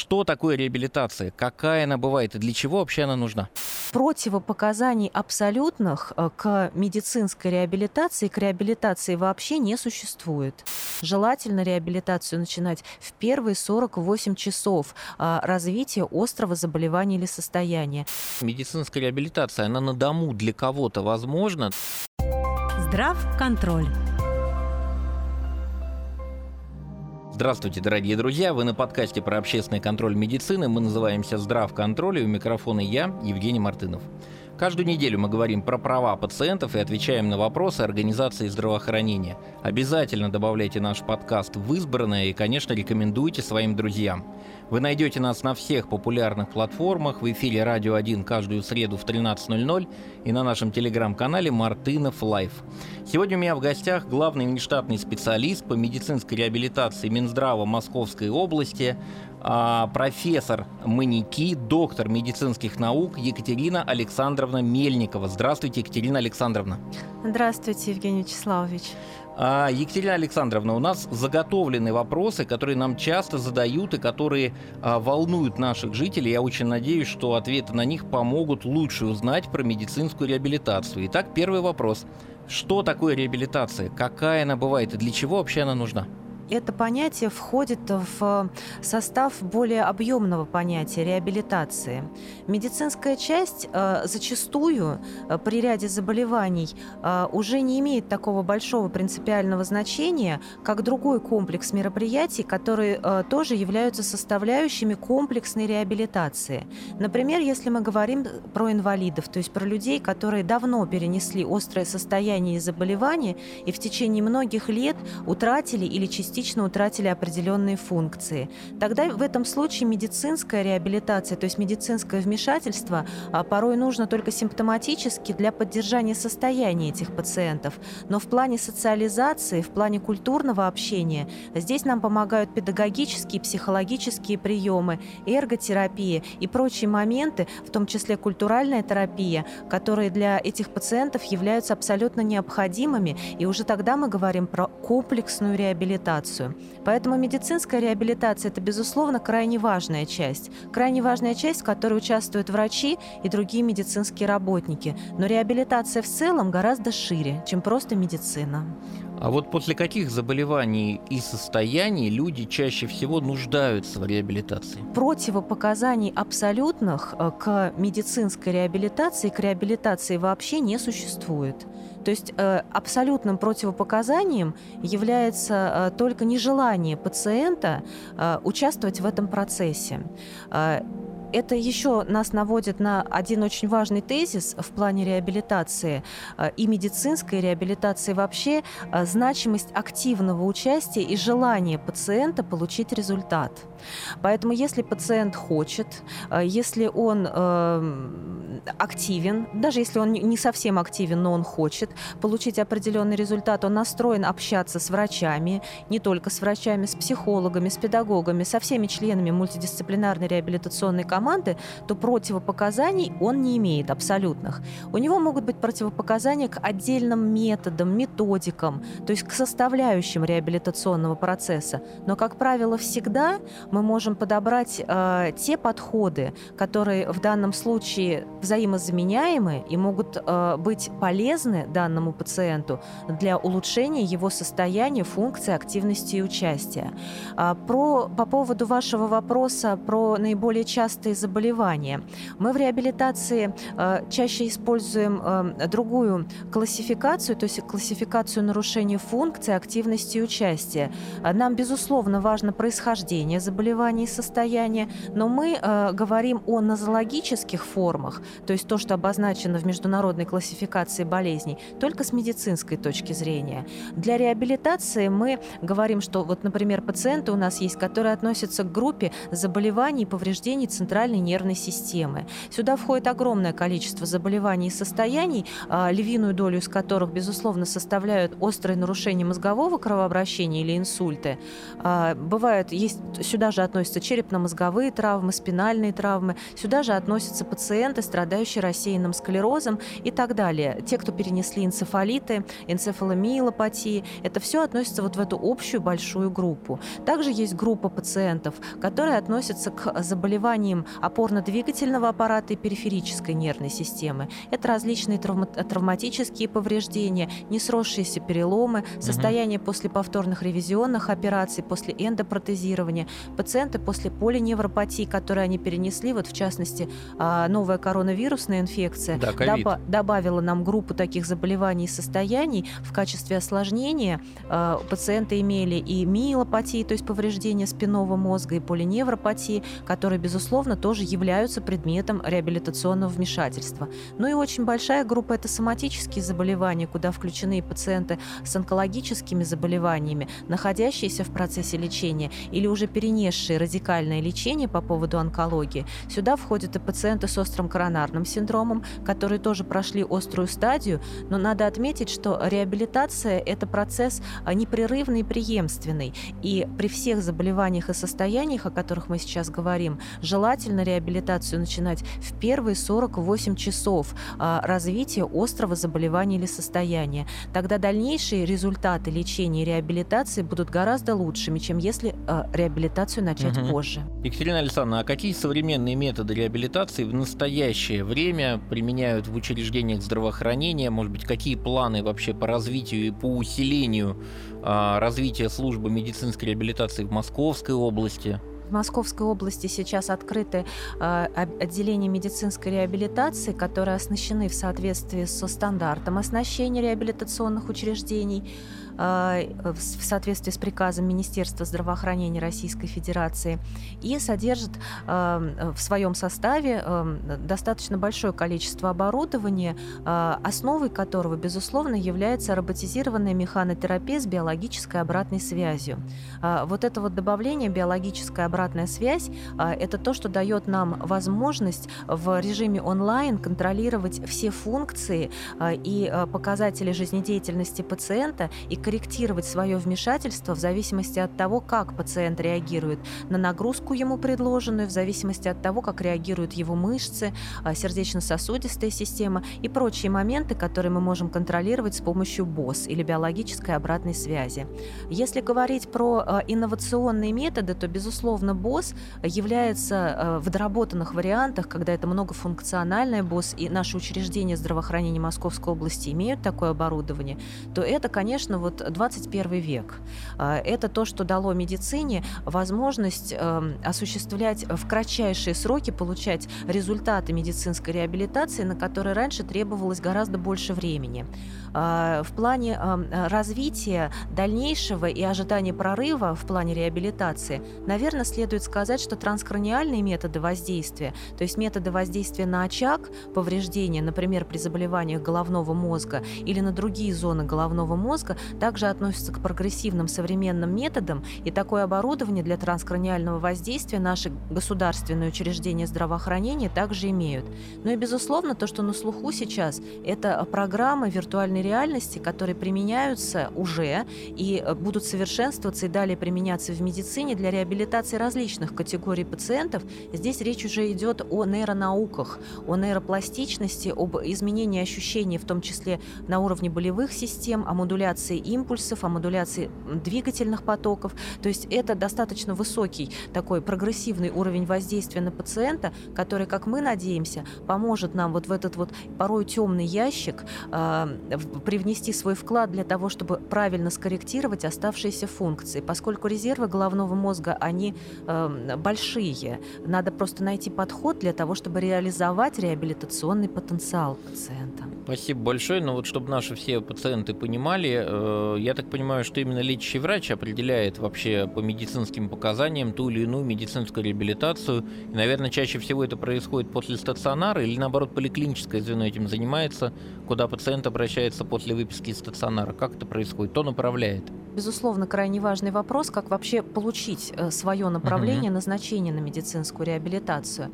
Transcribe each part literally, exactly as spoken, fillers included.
Что такое реабилитация? Какая она бывает и для чего вообще она нужна? Противопоказаний абсолютных э, к медицинской реабилитации, к реабилитации вообще не существует. Желательно реабилитацию начинать в первые сорок восемь часов э, развития острого заболевания или состояния. Медицинская реабилитация, она на дому для кого-то возможна? Здравконтроль. Здравствуйте, дорогие друзья! Вы на подкасте про общественный контроль медицины. Мы называемся «Здравконтроль», и у микрофона я, Евгений Мартынов. Каждую неделю мы говорим про права пациентов и отвечаем на вопросы организации здравоохранения. Обязательно добавляйте наш подкаст в избранное и, конечно, рекомендуйте своим друзьям. Вы найдете нас на всех популярных платформах, в эфире «Радио один» каждую среду в тринадцать ноль ноль и на нашем телеграм-канале «Мартынов Лайф». Сегодня у меня в гостях главный внештатный специалист по медицинской реабилитации Минздрава Московской области, профессор МНИКИ, доктор медицинских наук Екатерина Александровна Мельникова. Здравствуйте, Екатерина Александровна. Здравствуйте, Евгений Вячеславович. Екатерина Александровна, у нас заготовлены вопросы, которые нам часто задают и которые а, волнуют наших жителей. Я очень надеюсь, что ответы на них помогут лучше узнать про медицинскую реабилитацию. Итак, первый вопрос. Что такое реабилитация? Какая она бывает и для чего вообще она нужна? Это понятие входит в состав более объемного понятия реабилитации. Медицинская часть э, зачастую э, при ряде заболеваний э, уже не имеет такого большого принципиального значения, как другой комплекс мероприятий, которые э, тоже являются составляющими комплексной реабилитации. Например, если мы говорим про инвалидов, то есть про людей, которые давно перенесли острое состояние и заболевание и в течение многих лет утратили или частично частично утратили определенные функции. Тогда в этом случае медицинская реабилитация, то есть медицинское вмешательство, порой нужно только симптоматически для поддержания состояния этих пациентов. Но в плане социализации, в плане культурного общения здесь нам помогают педагогические, психологические приемы, эрготерапия и прочие моменты, в том числе культуральная терапия, которые для этих пациентов являются абсолютно необходимыми. И уже тогда мы говорим про комплексную реабилитацию. Поэтому медицинская реабилитация – это, безусловно, крайне важная часть. Крайне важная часть, в которой участвуют врачи и другие медицинские работники. Но реабилитация в целом гораздо шире, чем просто медицина. А вот после каких заболеваний и состояний люди чаще всего нуждаются в реабилитации? Противопоказаний абсолютных к медицинской реабилитации, к реабилитации вообще не существует. То есть э, абсолютным противопоказанием является э, только нежелание пациента э, участвовать в этом процессе. Э, Это еще нас наводит на один очень важный тезис в плане реабилитации и медицинской реабилитации вообще – значимость активного участия и желание пациента получить результат. Поэтому если пациент хочет, если он э, активен, даже если он не совсем активен, но он хочет получить определенный результат, он настроен общаться с врачами, не только с врачами, с психологами, с педагогами, со всеми членами мультидисциплинарной реабилитационной команды, то противопоказаний он не имеет абсолютных. У него могут быть противопоказания к отдельным методам, методикам, то есть к составляющим реабилитационного процесса. Но, как правило, всегда мы можем подобрать э, те подходы, которые в данном случае взаимозаменяемы и могут э, быть полезны данному пациенту для улучшения его состояния, функции, активности и участия. А, про, по поводу вашего вопроса про наиболее частые заболевания. Мы в реабилитации э, чаще используем э, другую классификацию, то есть классификацию нарушений функции, активности и участия. Нам, безусловно, важно происхождение заболевания, заболеваний и состояния, но мы э, говорим о нозологических формах, то есть то, что обозначено в международной классификации болезней, только с медицинской точки зрения. Для реабилитации мы говорим, что вот, например, пациенты у нас есть, которые относятся к группе заболеваний и повреждений центральной центральной нервной системы. Сюда входит огромное количество заболеваний и состояний, львиную долю из которых, безусловно, составляют острые нарушения мозгового кровообращения или инсульты. Бывают, есть, сюда же относятся черепно-мозговые травмы, спинальные травмы, сюда же относятся пациенты, страдающие рассеянным склерозом и так далее. Те, кто перенесли энцефалиты, энцефаломиелопатии, это все относится вот в эту общую большую группу. Также есть группа пациентов, которые относятся к заболеваниям опорно-двигательного аппарата и периферической нервной системы. Это различные травма- травматические повреждения, несросшиеся переломы, состояние после повторных ревизионных операций, после эндопротезирования, пациенты после полиневропатии, которые они перенесли, вот в частности, новая коронавирусная инфекция, да, доба- добавила нам группу таких заболеваний и состояний. В качестве осложнения пациенты имели и миелопатии, то есть повреждения спинного мозга, и полиневропатии, которые, безусловно, тоже являются предметом реабилитационного вмешательства. Ну и очень большая группа – это соматические заболевания, куда включены и пациенты с онкологическими заболеваниями, находящиеся в процессе лечения или уже перенесшие радикальное лечение по поводу онкологии. Сюда входят и пациенты с острым коронарным синдромом, которые тоже прошли острую стадию, но надо отметить, что реабилитация – это процесс непрерывный и преемственный. И при всех заболеваниях и состояниях, о которых мы сейчас говорим, желательно реабилитацию начинать в первые сорок восемь часов развития острого заболевания или состояния. Тогда дальнейшие результаты лечения и реабилитации будут гораздо лучшими, чем если реабилитацию начать угу. позже. Екатерина Александровна, а какие современные методы реабилитации в настоящее время применяют в учреждениях здравоохранения? Может быть, какие планы вообще по развитию и по усилению а, развития службы медицинской реабилитации в Московской области? В Московской области сейчас открыты э, отделения медицинской реабилитации, которые оснащены в соответствии со стандартом оснащения реабилитационных учреждений, э, в соответствии с приказом Министерства здравоохранения Российской Федерации, и содержит э, в своем составе э, достаточно большое количество оборудования, э, основой которого, безусловно, является роботизированная механотерапия с биологической обратной связью. Э, вот это вот добавление биологической обратной Обратная связь – это то, что дает нам возможность в режиме онлайн контролировать все функции и показатели жизнедеятельности пациента и корректировать свое вмешательство в зависимости от того, как пациент реагирует на нагрузку ему предложенную, в зависимости от того, как реагируют его мышцы, сердечно-сосудистая система и прочие моменты, которые мы можем контролировать с помощью БОС или биологической обратной связи. Если говорить про инновационные методы, то, безусловно, БОС является в доработанных вариантах, когда это многофункциональная БОС, и наши учреждения здравоохранения Московской области имеют такое оборудование, то это, конечно, вот двадцать первый век. Это то, что дало медицине возможность осуществлять в кратчайшие сроки, получать результаты медицинской реабилитации, на которые раньше требовалось гораздо больше времени. В плане развития дальнейшего и ожидания прорыва в плане реабилитации, наверное, следует сказать, что транскраниальные методы воздействия, то есть методы воздействия на очаг повреждения, например, при заболеваниях головного мозга или на другие зоны головного мозга, также относятся к прогрессивным современным методам, и такое оборудование для транскраниального воздействия наши государственные учреждения здравоохранения также имеют. Ну и, безусловно, то, что на слуху сейчас, это программы виртуальной реальности, которые применяются уже и будут совершенствоваться и далее применяться в медицине для реабилитации различных категорий пациентов. Здесь речь уже идет о нейронауках, о нейропластичности, об изменении ощущений, в том числе на уровне болевых систем, о модуляции импульсов, о модуляции двигательных потоков. То есть это достаточно высокий такой прогрессивный уровень воздействия на пациента, который, как мы надеемся, поможет нам вот в этот вот порой темный ящик э, привнести свой вклад для того, чтобы правильно скорректировать оставшиеся функции. Поскольку резервы головного мозга, они э, большие, надо просто найти подход для того, чтобы реализовать реабилитационный потенциал пациента. Спасибо большое. Но вот чтобы наши все пациенты понимали, э, я так понимаю, что именно лечащий врач определяет вообще по медицинским показаниям ту или иную медицинскую реабилитацию. И, наверное, чаще всего это происходит после стационара или, наоборот, поликлиническое звено этим занимается, куда пациент обращается после выписки из стационара. Как это происходит? Кто направляет? безусловно, крайне важный вопрос, как вообще получить свое направление, uh-huh. назначение на медицинскую реабилитацию.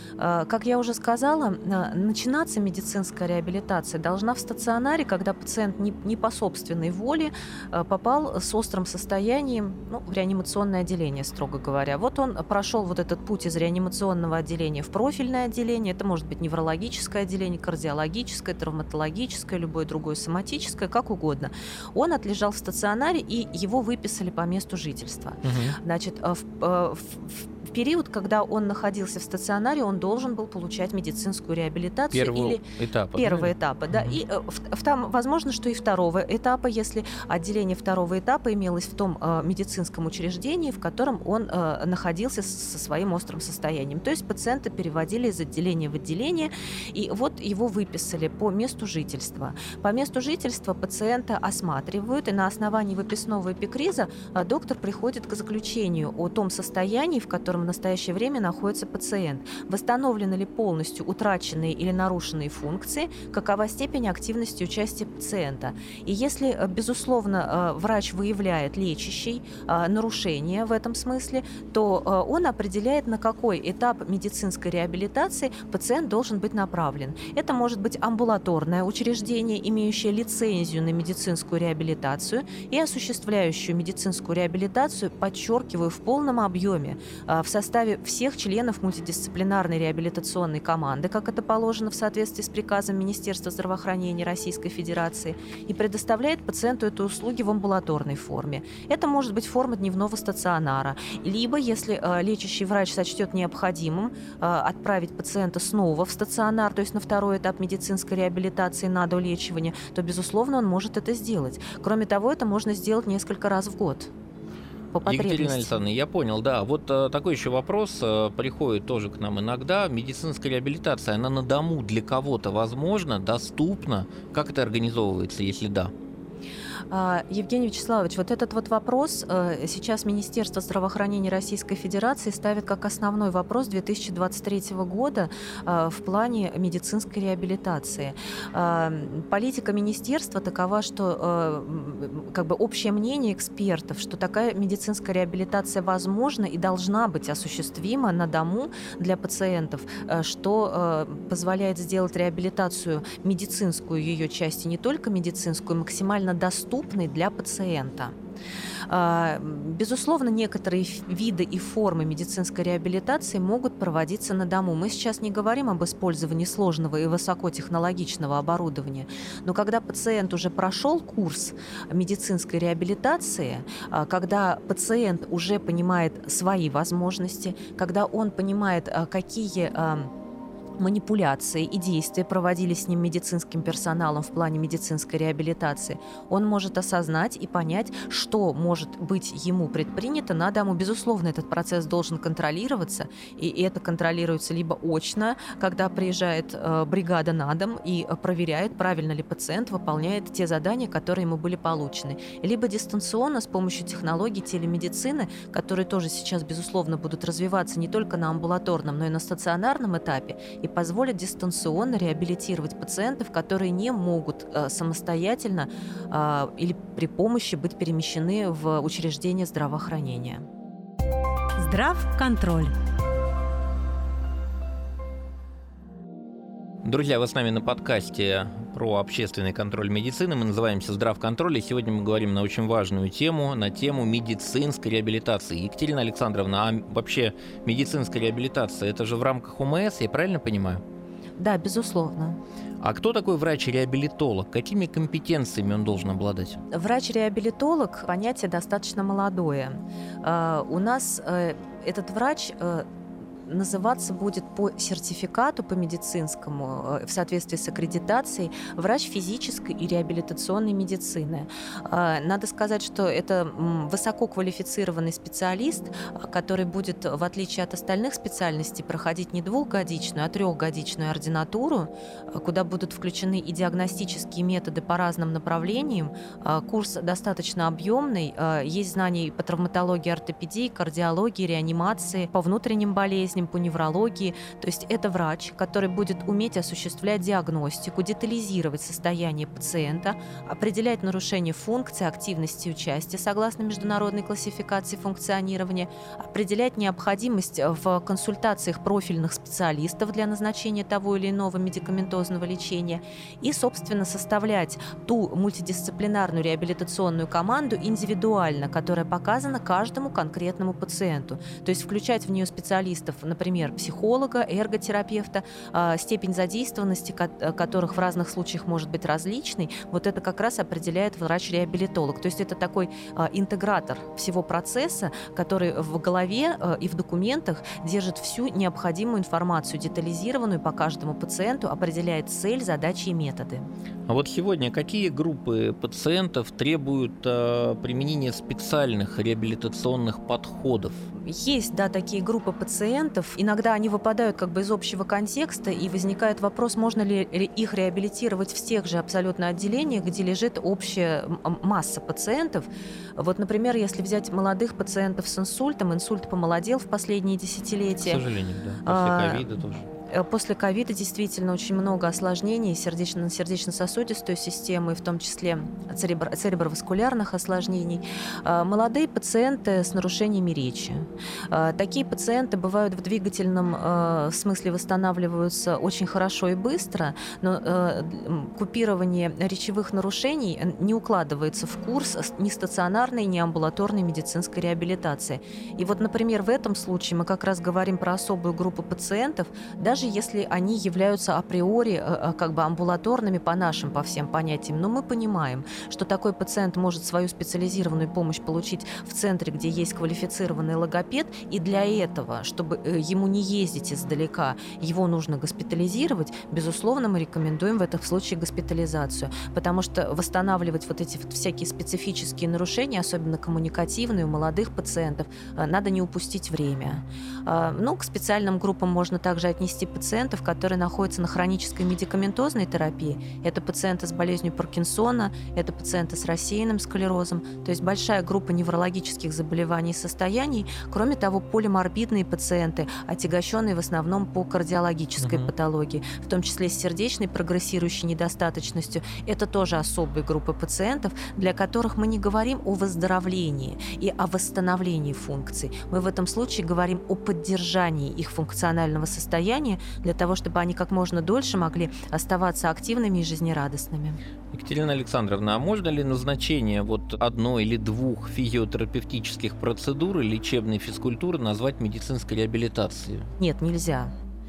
Как я уже сказала, начинаться медицинская реабилитация должна в стационаре, когда пациент не, не по собственной воле попал с острым состоянием, ну, в реанимационное отделение, строго говоря. Вот он прошел вот этот путь из реанимационного отделения в профильное отделение. Это может быть неврологическое отделение, кардиологическое, травматологическое, любое другое соматическое, как угодно. Он отлежал в стационаре, и его выписали по месту жительства. Угу. Значит, в, в, в период, когда он находился в стационаре, он должен был получать медицинскую реабилитацию. Первого или этапа. Первого да? этапа, да. Угу. И в, в, там, возможно, что и второго этапа, если отделение второго этапа имелось в том э, медицинском учреждении, в котором он э, находился со своим острым состоянием. То есть пациента переводили из отделения в отделение, и вот его выписали по месту жительства. По месту жительства пациента осматривают, и на основании выписного эпикриза э, доктор приходит к заключению о том состоянии, в котором в настоящее время находится пациент. Восстановлены ли полностью утраченные или нарушенные функции, какова степень активности участия пациента. И если, безусловно, врач выявляет лечащий нарушение в этом смысле, то он определяет, на какой этап медицинской реабилитации пациент должен быть направлен. Это может быть амбулаторное учреждение, имеющее лицензию на медицинскую реабилитацию и осуществляющую медицинскую реабилитацию, подчеркиваю, в полном объеме, в составе всех членов мультидисциплинарной реабилитационной команды, как это положено в соответствии с приказом Министерства здравоохранения Российской Федерации, и предоставляет пациенту эту услуги в амбулаторной форме. Это может быть форма дневного стационара, либо, если э, лечащий врач сочтет необходимым э, отправить пациента снова в стационар, то есть на второй этап медицинской реабилитации на долечивание, то, безусловно, он может это сделать. Кроме того, это можно сделать несколько раз в год. Екатерина Александровна, я понял, да. Вот а, такой еще вопрос а, приходит тоже к нам иногда. Медицинская реабилитация, она на дому для кого-то возможна, доступна? Как это организовывается, если да? Евгений Вячеславович, вот этот вот вопрос сейчас Министерство здравоохранения Российской Федерации ставит как основной вопрос две тысячи двадцать третьего года в плане медицинской реабилитации. Политика министерства такова, что как бы общее мнение экспертов, что такая медицинская реабилитация возможна и должна быть осуществима на дому для пациентов, что позволяет сделать реабилитацию медицинскую, ее части, не только медицинскую, максимально доступной для пациента. Безусловно, некоторые виды и формы медицинской реабилитации могут проводиться на дому. Мы сейчас не говорим об использовании сложного и высокотехнологичного оборудования, но когда пациент уже прошел курс медицинской реабилитации, когда пациент уже понимает свои возможности, когда он понимает, какие манипуляции и действия проводились с ним медицинским персоналом в плане медицинской реабилитации, он может осознать и понять, что может быть ему предпринято на дому. Безусловно, этот процесс должен контролироваться, и это контролируется либо очно, когда приезжает э, бригада на дом и проверяет, правильно ли пациент выполняет те задания, которые ему были получены, либо дистанционно с помощью технологий телемедицины, которые тоже сейчас, безусловно, будут развиваться не только на амбулаторном, но и на стационарном этапе, и позволят дистанционно реабилитировать пациентов, которые не могут э, самостоятельно э, или при помощи быть перемещены в учреждения здравоохранения. Здравконтроль. Друзья, вы с нами на подкасте про общественный контроль медицины. Мы называемся «Здравконтроль», и сегодня мы говорим на очень важную тему, на тему медицинской реабилитации. Екатерина Александровна, а вообще медицинская реабилитация – это же в рамках ОМС, я правильно понимаю? Да, безусловно. А кто такой врач-реабилитолог? Какими компетенциями он должен обладать? Врач-реабилитолог – понятие достаточно молодое. У нас этот врач называться будет по сертификату, по медицинскому, в соответствии с аккредитацией, врач физической и реабилитационной медицины. Надо сказать, что это высококвалифицированный специалист, который будет, в отличие от остальных специальностей, проходить не двухгодичную, а трехгодичную ординатуру, куда будут включены и диагностические методы по разным направлениям. Курс достаточно объемный, есть знания и по травматологии, ортопедии, кардиологии, реанимации, по внутренним болезням, болезням, по неврологии. То есть это врач, который будет уметь осуществлять диагностику, детализировать состояние пациента, определять нарушение функции, активности и участия согласно международной классификации функционирования, определять необходимость в консультациях профильных специалистов для назначения того или иного медикаментозного лечения и, собственно, составлять ту мультидисциплинарную реабилитационную команду индивидуально, которая показана каждому конкретному пациенту. То есть включать в нее специалистов, например, психолога, эрготерапевта, степень задействованности которых в разных случаях может быть различной, вот это как раз определяет врач-реабилитолог. То есть это такой интегратор всего процесса, который в голове и в документах держит всю необходимую информацию, детализированную по каждому пациенту, определяет цель, задачи и методы. А вот сегодня какие группы пациентов требуют э, применения специальных реабилитационных подходов? Есть, да, такие группы пациентов. Иногда они выпадают как бы из общего контекста, и возникает вопрос, можно ли их реабилитировать в тех же абсолютно отделениях, где лежит общая масса пациентов. Вот, например, если взять молодых пациентов с инсультом, инсульт помолодел в последние десятилетия. К сожалению, да. После ковида тоже. После ковида действительно очень много осложнений сердечно- сердечно-сосудистой системы, в том числе церебро- цереброваскулярных осложнений. Молодые пациенты с нарушениями речи. Такие пациенты бывают в двигательном смысле восстанавливаются очень хорошо и быстро, но купирование речевых нарушений не укладывается в курс ни стационарной, ни амбулаторной медицинской реабилитации. И вот, например, в этом случае мы как раз говорим про особую группу пациентов, даже если они являются априори как бы амбулаторными по нашим, по всем понятиям. Но мы понимаем, что такой пациент может свою специализированную помощь получить в центре, где есть квалифицированный логопед, и для этого, чтобы ему не ездить издалека, его нужно госпитализировать. Безусловно, мы рекомендуем в этом случае госпитализацию, потому что восстанавливать вот эти вот всякие специфические нарушения, особенно коммуникативные у молодых пациентов, надо не упустить время. Ну, к специальным группам можно также отнести пациентов, которые находятся на хронической медикаментозной терапии. Это пациенты с болезнью Паркинсона, это пациенты с рассеянным склерозом, то есть большая группа неврологических заболеваний и состояний. Кроме того, полиморбидные пациенты, отягощенные в основном по кардиологической uh-huh. патологии, в том числе с сердечной прогрессирующей недостаточностью. Это тоже особые группы пациентов, для которых мы не говорим о выздоровлении и о восстановлении функций. Мы в этом случае говорим о поддержании их функционального состояния, для того, чтобы они как можно дольше могли оставаться активными и жизнерадостными. Екатерина Александровна, а можно ли назначение вот одной или двух физиотерапевтических процедур и лечебной физкультуры назвать медицинской реабилитацией? Нет, нельзя.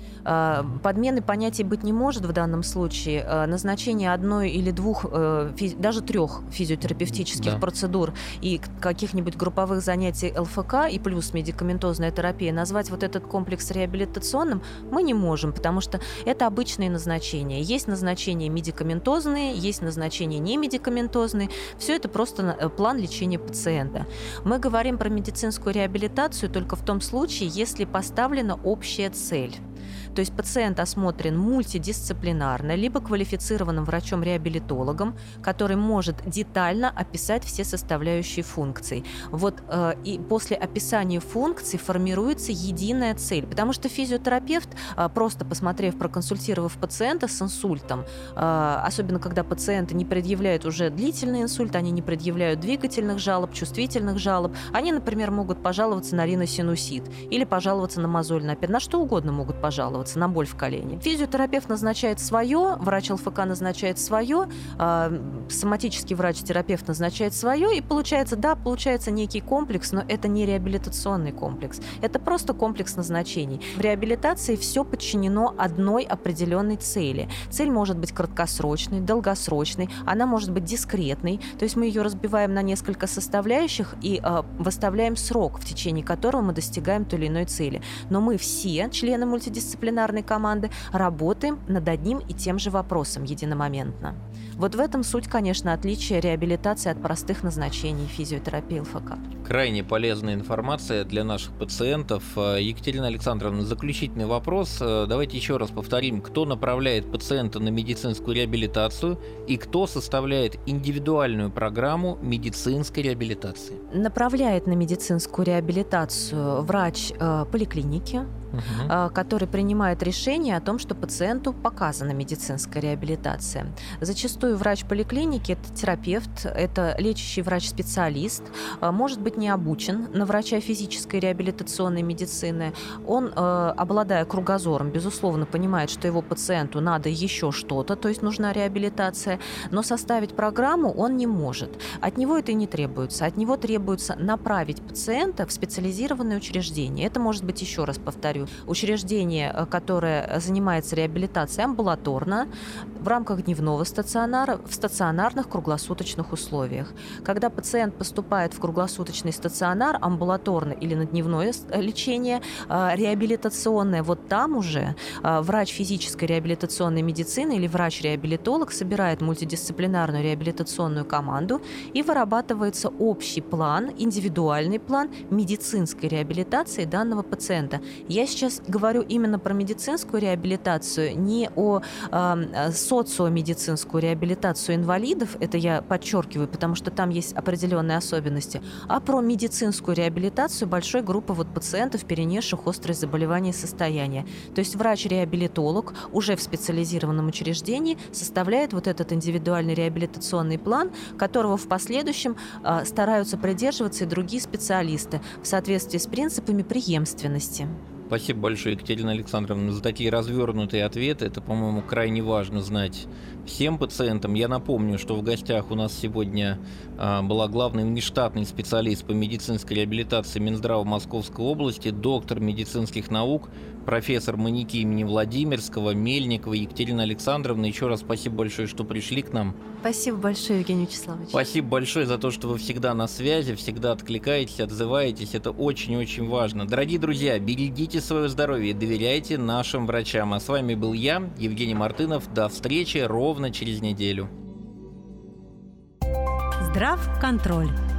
Подмены понятий быть не может в данном случае. Назначение одной или двух, даже трех физиотерапевтических да. процедур и каких-нибудь групповых занятий эл эф ка и плюс медикаментозная терапия, назвать вот этот комплекс реабилитационным мы не можем, потому что это обычные назначения. Есть назначения медикаментозные, есть назначения немедикаментозные. Все это просто план лечения пациента. Мы говорим про медицинскую реабилитацию только в том случае, если поставлена общая цель. То есть пациент осмотрен мультидисциплинарно, либо квалифицированным врачом-реабилитологом, который может детально описать все составляющие функций. Вот э, и после описания функций формируется единая цель, потому что физиотерапевт, э, просто посмотрев, проконсультировав пациента с инсультом, э, особенно когда пациенты не предъявляют уже длительный инсульт, они не предъявляют двигательных жалоб, чувствительных жалоб, они, например, могут пожаловаться на риносинусит или пожаловаться на мозольный опять, на что угодно могут пожаловаться, на боль в колене. Физиотерапевт назначает свое, врач эл эф ка назначает свое, э, соматический врач-терапевт назначает свое, и получается, да, получается некий комплекс, но это не реабилитационный комплекс. Это просто комплекс назначений. В реабилитации все подчинено одной определенной цели. Цель может быть краткосрочной, долгосрочной, она может быть дискретной, то есть мы ее разбиваем на несколько составляющих и э, выставляем срок, в течение которого мы достигаем той или иной цели. Но мы все, члены мультидисциплинарной мультидисциплинарной команды работаем над одним и тем же вопросом единомоментно. Вот в этом суть, конечно, отличия реабилитации от простых назначений физиотерапии ЛФК. Крайне полезная информация для наших пациентов. Екатерина Александровна, заключительный вопрос. Давайте еще раз повторим, кто направляет пациента на медицинскую реабилитацию и кто составляет индивидуальную программу медицинской реабилитации? Направляет на медицинскую реабилитацию врач э, поликлиники, Uh-huh. который принимает решение о том, что пациенту показана медицинская реабилитация. Зачастую врач поликлиники – это терапевт, это лечащий врач-специалист, может быть не обучен на врача физической реабилитационной медицины. Он, обладая кругозором, безусловно, понимает, что его пациенту надо еще что-то, то есть нужна реабилитация, но составить программу он не может. От него это и не требуется. От него требуется направить пациента в специализированное учреждение. Это может быть, еще раз повторю, учреждение, которое занимается реабилитацией амбулаторно, в рамках дневного стационара, в стационарных круглосуточных условиях. Когда пациент поступает в круглосуточный стационар, амбулаторно или на дневное лечение, реабилитационное, вот там уже врач физической реабилитационной медицины или врач-реабилитолог собирает мультидисциплинарную реабилитационную команду и вырабатывается общий план, индивидуальный план медицинской реабилитации данного пациента. Я сейчас говорю именно про медицинскую реабилитацию, не о э, социомедицинскую реабилитацию инвалидов, это я подчеркиваю, потому что там есть определенные особенности, а про медицинскую реабилитацию большой группы вот пациентов, перенесших острые заболевания и состояния. То есть врач-реабилитолог уже в специализированном учреждении составляет вот этот индивидуальный реабилитационный план, которого в последующем э, стараются придерживаться и другие специалисты в соответствии с принципами преемственности. Спасибо большое, Екатерина Александровна, за такие развернутые ответы. Это, по-моему, крайне важно знать всем пациентам. Я напомню, что в гостях у нас сегодня а, была главный внештатный специалист по медицинской реабилитации Минздрава Московской области, доктор медицинских наук, профессор МАНИКИ имени Владимирского, Мельникова Екатерина Александровна. Еще раз спасибо большое, что пришли к нам. Спасибо большое, Евгений Вячеславович. Спасибо большое за то, что вы всегда на связи, всегда откликаетесь, отзываетесь. Это очень-очень важно. Дорогие друзья, берегите свое здоровье и доверяйте нашим врачам. А с вами был я, Евгений Мартынов. До встречи ровно через неделю. Здравконтроль.